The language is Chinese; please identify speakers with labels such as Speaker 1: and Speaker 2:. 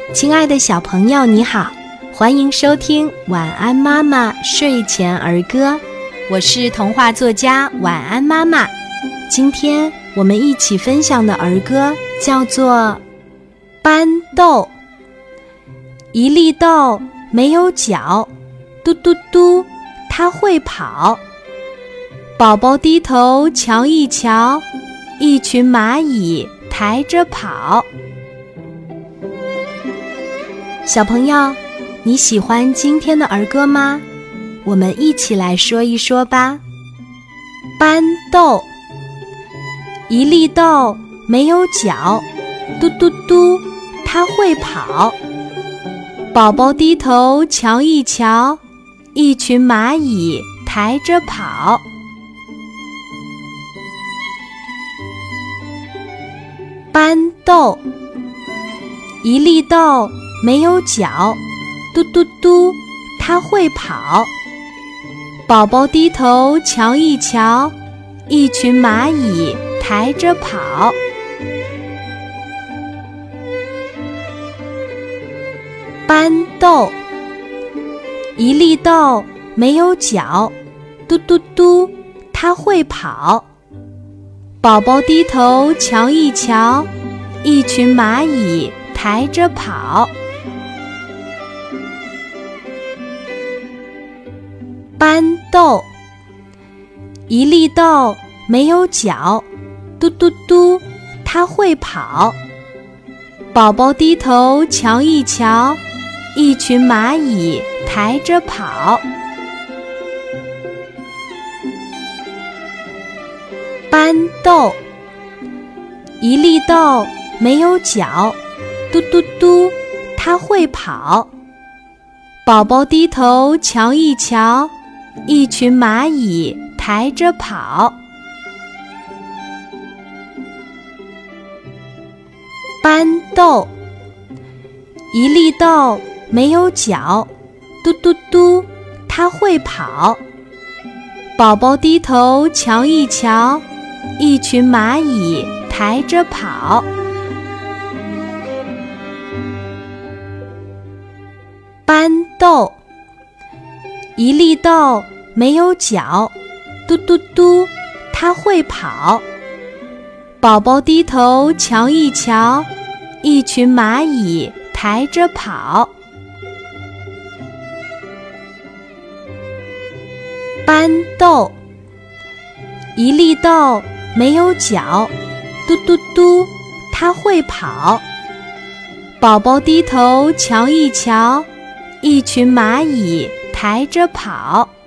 Speaker 1: 亲爱的小朋友你好，欢迎收听晚安妈妈睡前儿歌，我是童话作家晚安妈妈。今天我们一起分享的儿歌叫做斑豆。一粒豆没有脚，嘟嘟嘟它会跑，宝宝低头瞧一瞧，一群蚂蚁抬着跑。小朋友，你喜欢今天的儿歌吗？我们一起来说一说吧。斑豆。一粒豆没有脚，嘟嘟嘟它会跑，宝宝低头瞧一瞧，一群蚂蚁抬着跑。斑豆。一粒豆没有脚，嘟嘟嘟它会跑，宝宝低头瞧一瞧，一群蚂蚁抬着跑。斑豆。一粒豆没有脚，嘟嘟嘟它会跑，宝宝低头瞧一瞧，一群蚂蚁抬着跑。斑豆。一粒豆没有脚，嘟嘟嘟它会跑，宝宝低头瞧一瞧，一群蚂蚁抬着跑。斑豆。一粒豆没有脚，嘟嘟嘟它会跑，宝宝低头瞧一瞧，一群蚂蚁抬着跑。斑豆。一粒豆没有脚，嘟嘟嘟它会跑，宝宝低头瞧一瞧，一群蚂蚁抬着跑。斑豆。一粒豆没有脚，嘟嘟嘟它会跑，宝宝低头瞧一瞧，一群蚂蚁抬着跑。斑豆。一粒豆没有脚，嘟嘟嘟它会跑，宝宝低头瞧一瞧，一群蚂蚁抬着跑。